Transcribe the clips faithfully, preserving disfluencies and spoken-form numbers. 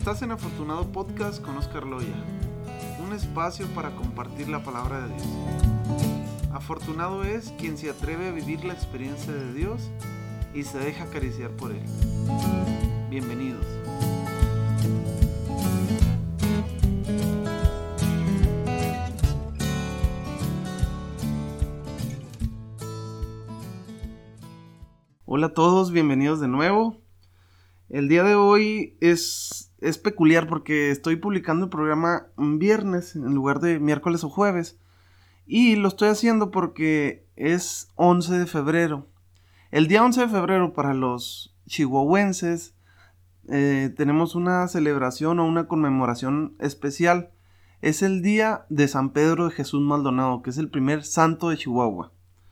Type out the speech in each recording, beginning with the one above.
Estás en Afortunado Podcast con Oscar Loya, un espacio para compartir la palabra de Dios. Afortunado es quien se atreve a vivir la experiencia de Dios y se deja acariciar por Él. Bienvenidos. Hola a todos, bienvenidos de nuevo. El día de hoy es, es peculiar porque estoy publicando el programa un viernes en lugar de miércoles o jueves. Y lo estoy haciendo porque es once de febrero. El día once de febrero para los chihuahuenses eh, tenemos una celebración o una conmemoración especial. Es el día de San Pedro de Jesús Maldonado, que es el primer santo de Chihuahua.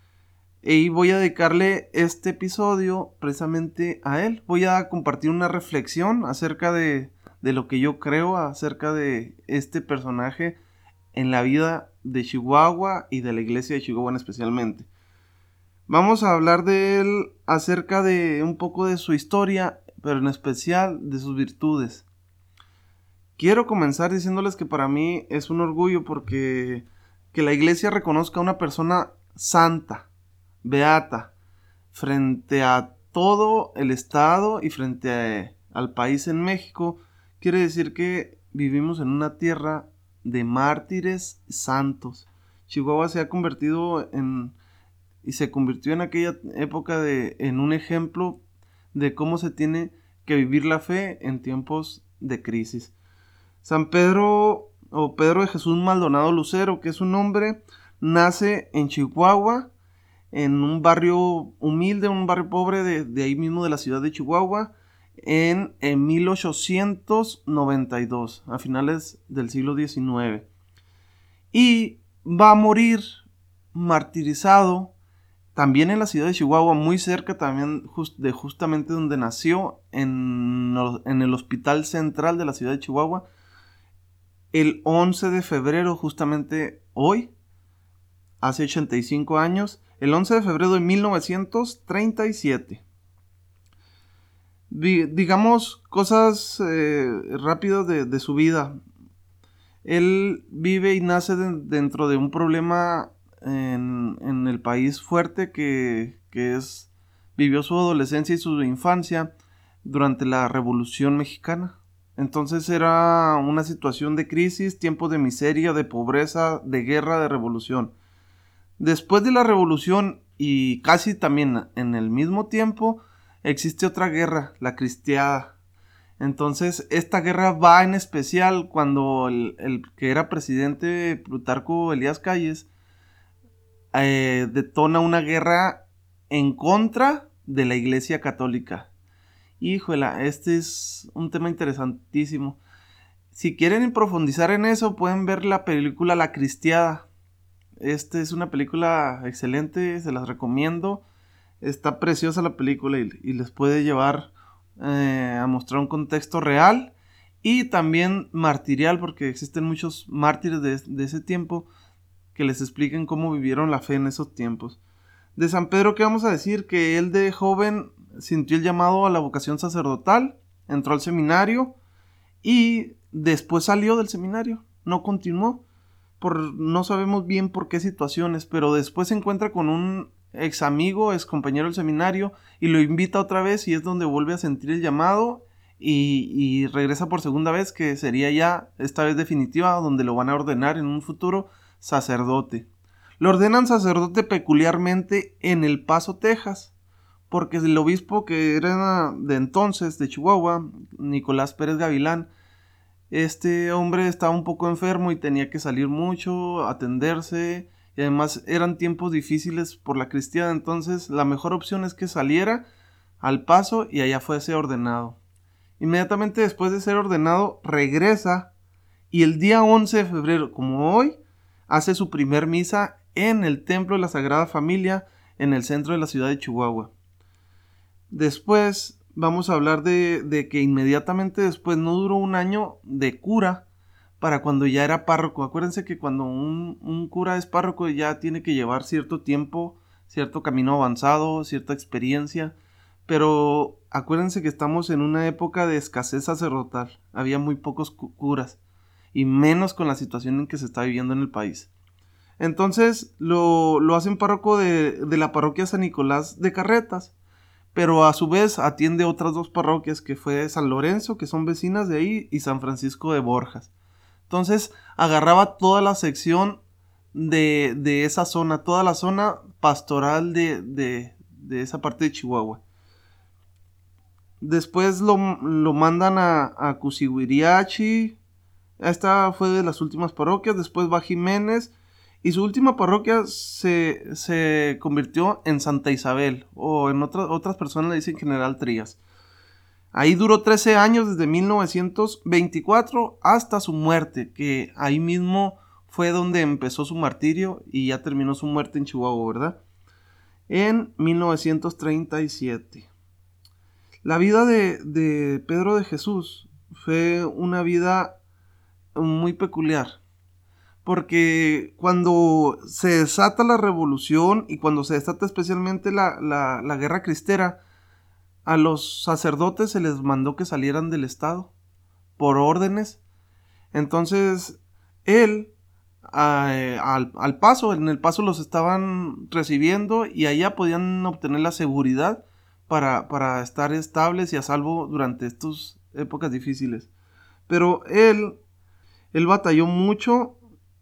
Y voy a dedicarle este episodio precisamente a él. Voy a compartir una reflexión acerca de, de lo que yo creo acerca de este personaje en la vida de Chihuahua y de la iglesia de Chihuahua especialmente. Vamos a hablar de él acerca de un poco de su historia, pero en especial de sus virtudes. Quiero comenzar diciéndoles que para mí es un orgullo porque que la iglesia reconozca a una persona santa, beata, frente a todo el estado y frente a, al país en México, quiere decir que vivimos en una tierra de mártires santos. Chihuahua se ha convertido en, y se convirtió en aquella época de, en un ejemplo de cómo se tiene que vivir la fe en tiempos de crisis. San Pedro o Pedro de Jesús Maldonado Lucero, que es su nombre, nace en Chihuahua, en un barrio humilde, un barrio pobre de, de ahí mismo de la ciudad de Chihuahua, en, en mil ochocientos noventa y dos, a finales del siglo diecinueve. Y va a morir martirizado también en la ciudad de Chihuahua, muy cerca también just, de justamente donde nació, en, en el Hospital Central de la ciudad de Chihuahua, el once de febrero, justamente hoy, hace ochenta y cinco años, el once de febrero de mil novecientos treinta y siete. D- digamos cosas eh, rápidas de, de su vida. Él vive y nace de, dentro de un problema en, en el país fuerte que, que es, vivió su adolescencia y su infancia durante la Revolución Mexicana. Entonces era una situación de crisis, tiempos de miseria, de pobreza, de guerra, de revolución. Después de la revolución y casi también en el mismo tiempo existe otra guerra, la cristiada. Entonces esta guerra va en especial cuando el, el que era presidente Plutarco Elías Calles eh, detona una guerra en contra de la Iglesia Católica. Híjole, este es un tema interesantísimo. Si quieren profundizar en eso pueden ver la película La Cristiada. Esta es una película excelente, se las recomiendo. Está preciosa la película y, y les puede llevar eh, a mostrar un contexto real y también martirial, porque existen muchos mártires de, de ese tiempo que les expliquen cómo vivieron la fe en esos tiempos. De San Pedro, ¿qué vamos a decir? Que él de joven sintió el llamado a la vocación sacerdotal, entró al seminario y después salió del seminario, no continuó. Por, no sabemos bien por qué situaciones, pero después se encuentra con un ex amigo, ex compañero del seminario, y lo invita otra vez y es donde vuelve a sentir el llamado y, y regresa por segunda vez, que sería ya esta vez definitiva, donde lo van a ordenar en un futuro sacerdote. Lo ordenan sacerdote peculiarmente en El Paso, Texas, porque el obispo que era de entonces de Chihuahua, Nicolás Pérez Gavilán, este hombre estaba un poco enfermo y tenía que salir mucho, atenderse, y además eran tiempos difíciles por la cristiada, entonces la mejor opción es que saliera al Paso y allá fuese ordenado. Inmediatamente después de ser ordenado regresa y el día once de febrero, como hoy, hace su primer misa en el Templo de la Sagrada Familia en el centro de la ciudad de Chihuahua. Después vamos a hablar de, de que inmediatamente después no duró un año de cura para cuando ya era párroco. Acuérdense que cuando un, un cura es párroco ya tiene que llevar cierto tiempo, cierto camino avanzado, cierta experiencia, Pero acuérdense que estamos en una época de escasez sacerdotal. Había muy pocos cu- curas. Y menos con la situación en que se está viviendo en el país. Entonces lo, lo hacen párroco de, de la parroquia San Nicolás de Carretas. Pero a su vez atiende otras dos parroquias, que fue San Lorenzo, que son vecinas de ahí, y San Francisco de Borjas. Entonces agarraba toda la sección de, de esa zona, toda la zona pastoral de, de, de esa parte de Chihuahua. Después lo, lo mandan a, a Cusihuiriachi. Esta fue de las últimas parroquias. Después va a Jiménez. Y su última parroquia se, se convirtió en Santa Isabel. O en otras otras personas le dicen General Trías. Ahí duró trece años, desde mil novecientos veinticuatro hasta su muerte. Que ahí mismo fue donde empezó su martirio. Y ya terminó su muerte en Chihuahua, ¿verdad? En mil novecientos treinta y siete. La vida de, de Pedro de Jesús fue una vida muy peculiar, porque cuando se desata la revolución y cuando se desata especialmente la, la, la guerra cristera, a los sacerdotes se les mandó que salieran del estado por órdenes. Entonces él a, al, al paso, en el paso los estaban recibiendo y allá podían obtener la seguridad para, para estar estables y a salvo durante estas épocas difíciles. Pero él, él batalló mucho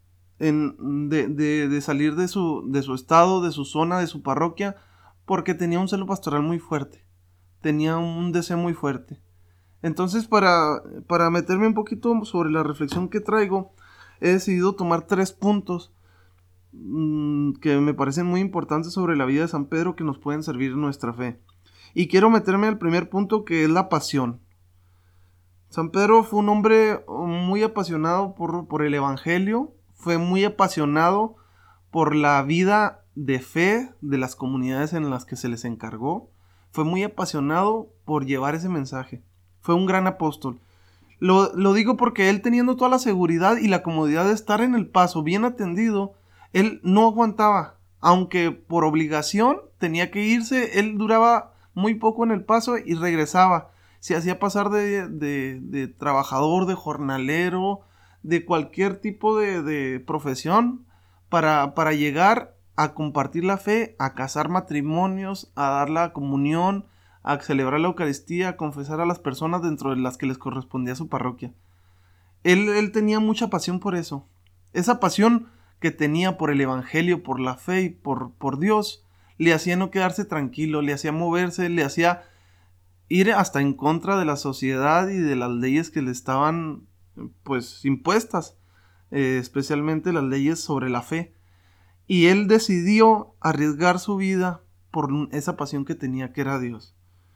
en, de, de, de salir de su, de su estado, de su zona, de su parroquia, porque tenía un celo pastoral muy fuerte, tenía un deseo muy fuerte. Entonces, para, para meterme un poquito sobre la reflexión que traigo, he decidido tomar tres puntos mmm, que me parecen muy importantes sobre la vida de San Pedro, que nos pueden servir en nuestra fe. Y quiero meterme al primer punto, que es la pasión. San Pedro fue un hombre muy apasionado por, por el Evangelio, fue muy apasionado por la vida de fe de las comunidades en las que se les encargó, fue muy apasionado por llevar ese mensaje, fue un gran apóstol. Lo, lo digo porque él, teniendo toda la seguridad y la comodidad de estar en el paso bien atendido, él no aguantaba, aunque por obligación tenía que irse. Él duraba muy poco en el paso y regresaba. Se hacía pasar de, de, de trabajador, de jornalero, de cualquier tipo de, de profesión para, para llegar a compartir la fe, a casar matrimonios, a dar la comunión, a celebrar la Eucaristía, a confesar a las personas dentro de las que les correspondía su parroquia. Él, él tenía mucha pasión por eso. Esa pasión que tenía por el Evangelio, por la fe y por, por Dios, le hacía no quedarse tranquilo, le hacía moverse, le hacía ir hasta en contra de la sociedad y de las leyes que le estaban pues impuestas, eh, especialmente las leyes sobre la fe. Y él decidió arriesgar su vida por esa pasión que tenía, que era Dios.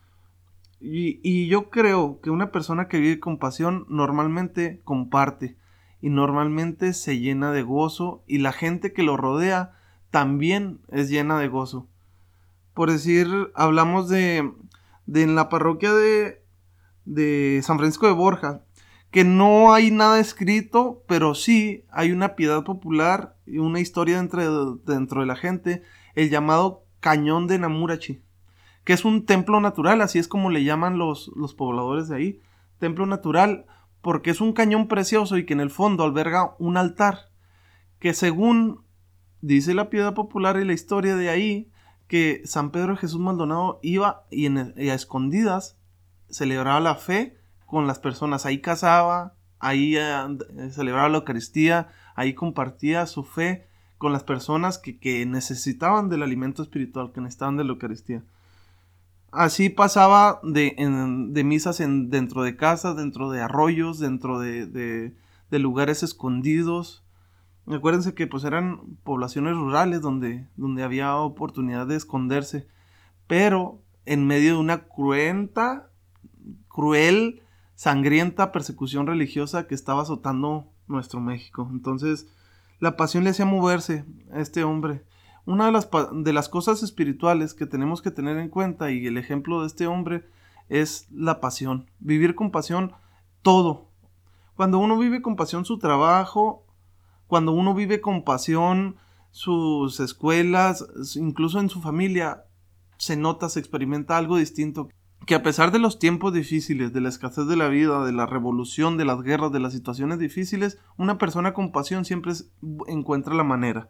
Y, y yo creo que una persona que vive con pasión normalmente comparte y normalmente se llena de gozo, y la gente que lo rodea también es llena de gozo. Por decir, hablamos de, de en la parroquia de, de San Francisco de Borja, que no hay nada escrito, pero sí hay una piedad popular y una historia dentro de, dentro de la gente, el llamado Cañón de Namurachi, que es un templo natural, así es como le llaman los, los pobladores de ahí, templo natural, porque es un cañón precioso y que en el fondo alberga un altar, que según dice la piedad popular y la historia de ahí, que San Pedro de Jesús Maldonado iba y, en, y a escondidas celebraba la fe con las personas, ahí casaba, ahí eh, celebraba la Eucaristía, ahí compartía su fe con las personas que, que necesitaban del alimento espiritual, que necesitaban de la Eucaristía. Así pasaba de, en, de misas en, dentro de casas, dentro de arroyos, dentro de, de, de lugares escondidos. Acuérdense que pues eran poblaciones rurales donde, donde había oportunidad de esconderse, pero en medio de una cruenta, cruel, sangrienta persecución religiosa que estaba azotando nuestro México. Entonces, la pasión le hacía moverse a este hombre. Una de las, de las cosas espirituales que tenemos que tener en cuenta, y el ejemplo de este hombre, es la pasión. Vivir con pasión todo. Cuando uno vive con pasión su trabajo, cuando uno vive con pasión sus escuelas, incluso en su familia, se nota, se experimenta algo distinto. Que a pesar de los tiempos difíciles, de la escasez de la vida, de la revolución, de las guerras, de las situaciones difíciles, una persona con pasión siempre encuentra la manera.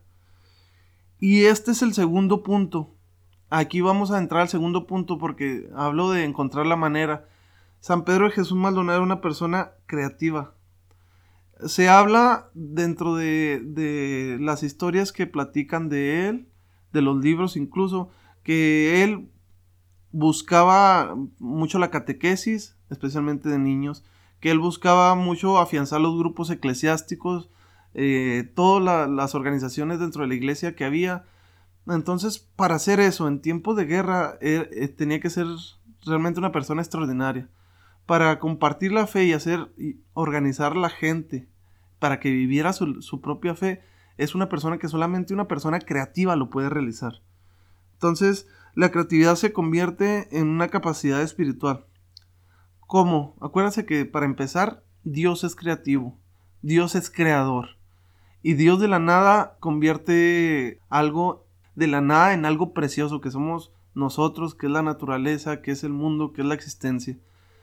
Y este es el segundo punto. Aquí vamos a entrar al segundo punto porque hablo de encontrar la manera. San Pedro de Jesús Maldonado era una persona creativa. Se habla dentro de, de las historias que platican de él, de los libros incluso, que él buscaba mucho la catequesis, especialmente de niños, que él buscaba mucho afianzar los grupos eclesiásticos, eh, todas la, las organizaciones dentro de la iglesia que había. Entonces, para hacer eso en tiempos de guerra, eh, eh, tenía que ser realmente una persona extraordinaria. Para compartir la fe y hacer y organizar la gente para que viviera su, su propia fe, es una persona que solamente una persona creativa lo puede realizar. Entonces, la creatividad se convierte en una capacidad espiritual. ¿Cómo? Acuérdense que para empezar, Dios es creativo, Dios es creador. Y Dios de la nada convierte algo de la nada en algo precioso, que somos nosotros, que es la naturaleza, que es el mundo, que es la existencia.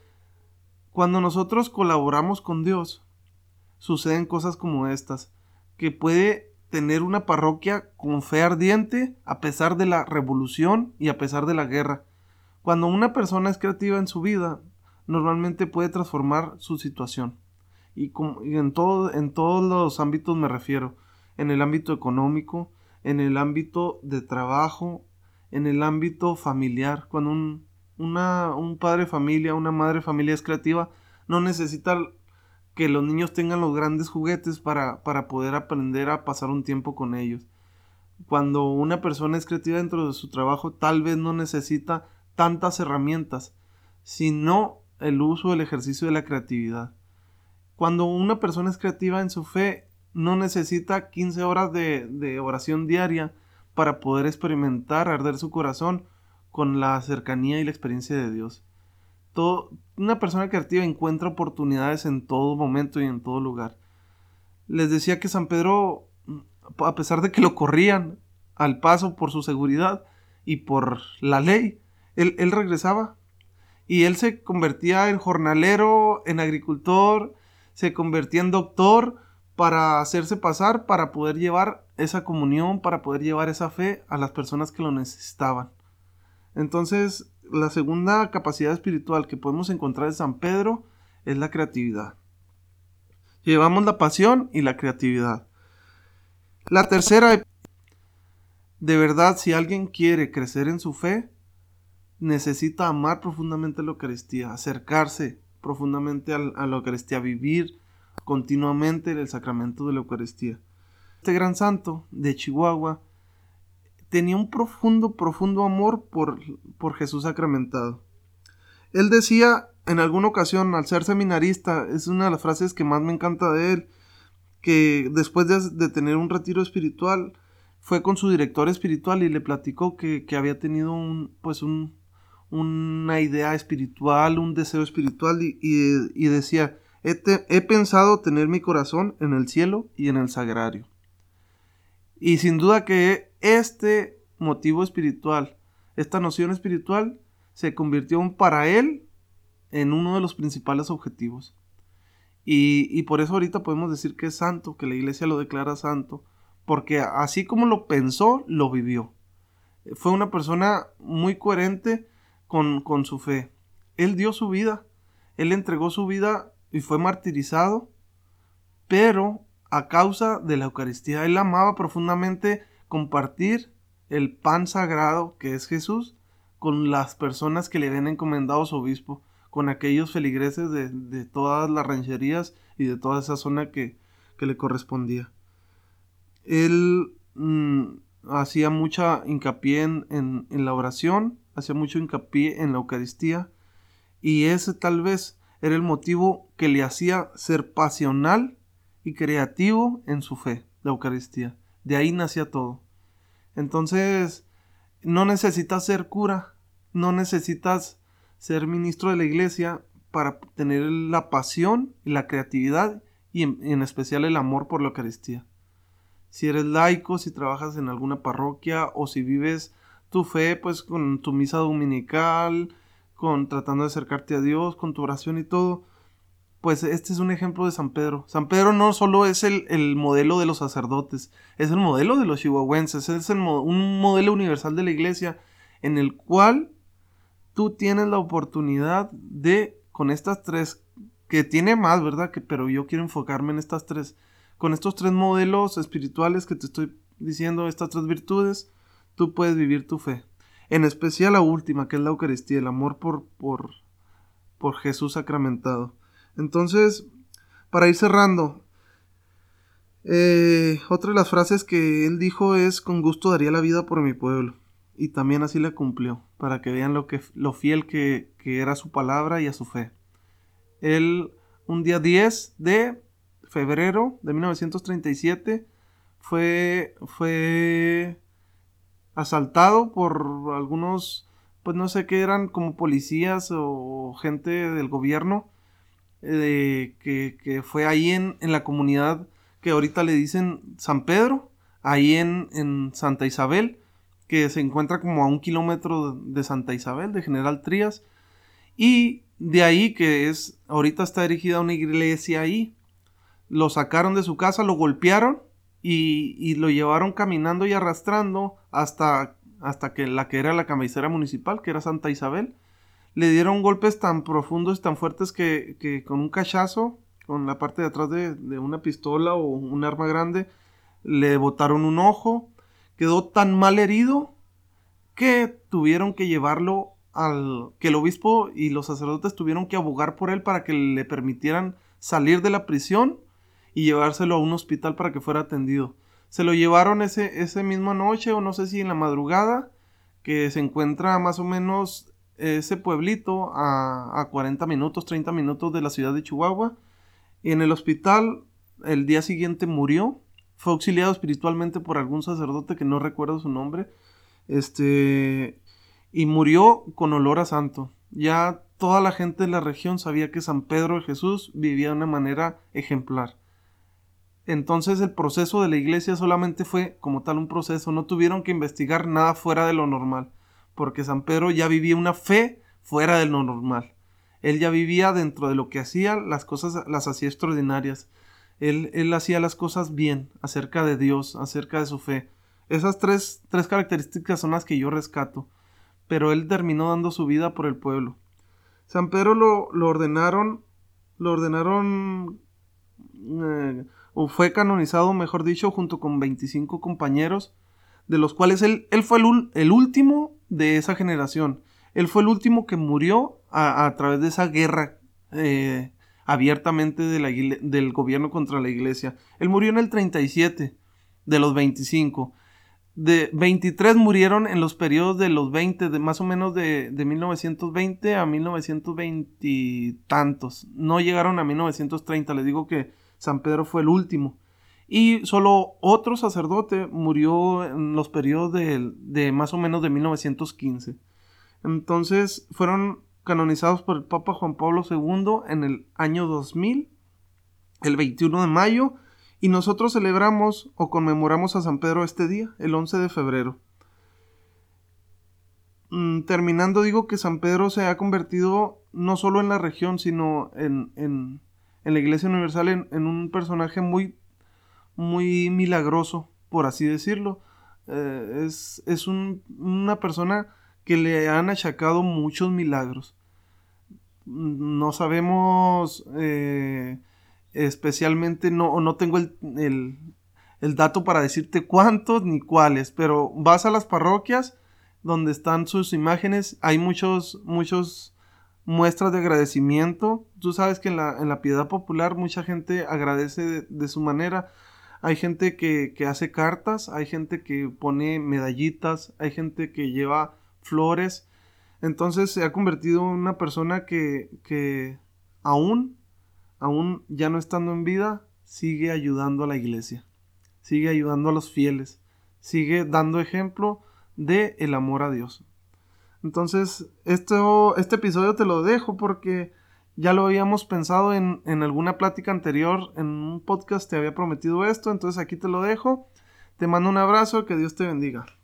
Cuando nosotros colaboramos con Dios, suceden cosas como estas, que puede tener una parroquia con fe ardiente a pesar de la revolución y a pesar de la guerra. Cuando una persona es creativa en su vida, normalmente puede transformar su situación. Y, como, y en, todo, en todos los ámbitos me refiero, en el ámbito económico, en el ámbito de trabajo, en el ámbito familiar. Cuando un, una, un padre de familia, una madre de familia es creativa, no necesita que los niños tengan los grandes juguetes para, para poder aprender a pasar un tiempo con ellos. Cuando una persona es creativa dentro de su trabajo, tal vez no necesita tantas herramientas, sino el uso, el ejercicio de la creatividad. Cuando una persona es creativa en su fe, no necesita quince horas de, de oración diaria para poder experimentar, arder su corazón con la cercanía y la experiencia de Dios. Todo, una persona creativa encuentra oportunidades en todo momento y en todo lugar. Les decía que San Pedro, a pesar de que lo corrían al paso por su seguridad y por la ley, él, él regresaba y él se convertía en jornalero, en agricultor, se convertía en doctor para hacerse pasar, para poder llevar esa comunión, para poder llevar esa fe a las personas que lo necesitaban. Entonces, la segunda capacidad espiritual que podemos encontrar en San Pedro es la creatividad. Llevamos la pasión y la creatividad. La tercera, de verdad, si alguien quiere crecer en su fe, necesita amar profundamente la Eucaristía, acercarse profundamente a la Eucaristía, vivir continuamente el sacramento de la Eucaristía. Este gran santo de Chihuahua tenía un profundo, profundo amor por, por Jesús sacramentado. Él decía en alguna ocasión, al ser seminarista, es una de las frases que más me encanta de él, que después de, de tener un retiro espiritual, fue con su director espiritual y le platicó que, que había tenido un, pues un, una idea espiritual, un deseo espiritual, y, y, y decía, he, te, he pensado tener mi corazón en el cielo y en el sagrario. Y sin duda que este motivo espiritual, esta noción espiritual, se convirtió para él en uno de los principales objetivos. Y, y por eso ahorita podemos decir que es santo, que la iglesia lo declara santo, porque así como lo pensó, lo vivió. Fue una persona muy coherente con, con su fe. Él dio su vida, él entregó su vida y fue martirizado, pero a causa de la Eucaristía. Él amaba profundamente compartir el pan sagrado que es Jesús con las personas que le habían encomendado su obispo, con aquellos feligreses de, de todas las rancherías y de toda esa zona que, que le correspondía. Él mmm, hacía mucha hincapié en, en, en la oración, hacía mucho hincapié en la Eucaristía, y ese tal vez era el motivo que le hacía ser pasional y creativo en su fe, la Eucaristía. De ahí nacía todo. Entonces, no necesitas ser cura, no necesitas ser ministro de la iglesia para tener la pasión y la creatividad y en, en especial el amor por la Eucaristía. Si eres laico, si trabajas en alguna parroquia o si vives tu fe pues con tu misa dominical, con tratando de acercarte a Dios, con tu oración y todo. Pues este es un ejemplo de San Pedro. San Pedro no solo es el, el modelo de los sacerdotes, es el modelo de los chihuahuenses, es el, un modelo universal de la iglesia en el cual tú tienes la oportunidad de, con estas tres, que tiene más, ¿verdad? Que, pero yo quiero enfocarme en estas tres, con estos tres modelos espirituales que te estoy diciendo, estas tres virtudes, tú puedes vivir tu fe. En especial la última, que es la Eucaristía, el amor por, por, por Jesús sacramentado. Entonces, para ir cerrando, eh, otra de las frases que él dijo es: con gusto daría la vida por mi pueblo. Y también así la cumplió, para que vean lo, que, lo fiel que, que era a su palabra y a su fe. Él, un día diez de febrero de mil novecientos treinta y siete, fue, fue asaltado por algunos, pues no sé qué eran, como policías o gente del gobierno, eh, que, que fue ahí en, en la comunidad que ahorita le dicen San Pedro, ahí en, en Santa Isabel, que se encuentra como a un kilómetro de Santa Isabel, de General Trías, y de ahí que es, ahorita está erigida una iglesia ahí. Lo sacaron de su casa, lo golpearon y, y lo llevaron caminando y arrastrando hasta, hasta que la que era la cabecera municipal, que era Santa Isabel. Le dieron golpes tan profundos, tan fuertes que, que con un cachazo, con la parte de atrás de, de una pistola o un arma grande, le botaron un ojo. Quedó tan mal herido que tuvieron que llevarlo al... que el obispo y los sacerdotes tuvieron que abogar por él para que le permitieran salir de la prisión y llevárselo a un hospital para que fuera atendido. Se lo llevaron ese, ese misma noche, o no sé si en la madrugada, que se encuentra más o menos ese pueblito a, a cuarenta minutos, treinta minutos de la ciudad de Chihuahua. Y en el hospital, el día siguiente murió. Fue auxiliado espiritualmente por algún sacerdote que no recuerdo su nombre. Este, y murió con olor a santo. Ya toda la gente de la región sabía que San Pedro de Jesús vivía de una manera ejemplar. Entonces el proceso de la iglesia solamente fue como tal un proceso. No tuvieron que investigar nada fuera de lo normal, porque San Pedro ya vivía una fe fuera de lo normal. Él ya vivía dentro de lo que hacía, las cosas las hacía extraordinarias. Él, él hacía las cosas bien, acerca de Dios, acerca de su fe. Esas tres, tres características son las que yo rescato. Pero él terminó dando su vida por el pueblo. San Pedro lo, lo ordenaron, lo ordenaron, eh, o fue canonizado, mejor dicho, junto con veinticinco compañeros, de los cuales él, él fue el, el último de esa generación. Él fue el último que murió a, a través de esa guerra eh, abiertamente de la, del gobierno contra la iglesia. Él murió en el treinta y siete de los veinticinco. De veintitrés murieron en los periodos de los veinte, de más o menos de, de mil novecientos veinte a mil novecientos veinte y tantos. No llegaron a mil novecientos treinta, les digo que San Pedro fue el último. Y solo otro sacerdote murió en los periodos de, de más o menos de mil novecientos quince. Entonces fueron canonizados por el Papa Juan Pablo segundo en el año dos mil, el veintiuno de mayo, y nosotros celebramos o conmemoramos a San Pedro este día, el once de febrero. Mm, terminando, digo que San Pedro se ha convertido no solo en la región, sino en, en, en la Iglesia Universal en, en un personaje muy, muy milagroso, por así decirlo. Eh, es es un, una persona que le han achacado muchos milagros. No sabemos eh, especialmente, no, no tengo el, el, el dato para decirte cuántos ni cuáles, pero vas a las parroquias donde están sus imágenes, hay muchos, muchos muestras de agradecimiento. Tú sabes que en la, en la piedad popular mucha gente agradece de, de su manera. Hay gente que, que hace cartas, hay gente que pone medallitas, hay gente que lleva flores. Entonces se ha convertido en una persona que, que aún, aún ya no estando en vida, sigue ayudando a la iglesia, sigue ayudando a los fieles, sigue dando ejemplo de el amor a Dios. Entonces, esto, este episodio te lo dejo porque ya lo habíamos pensado en, en alguna plática anterior, en un podcast te había prometido esto, entonces aquí te lo dejo. Te mando un abrazo, que Dios te bendiga.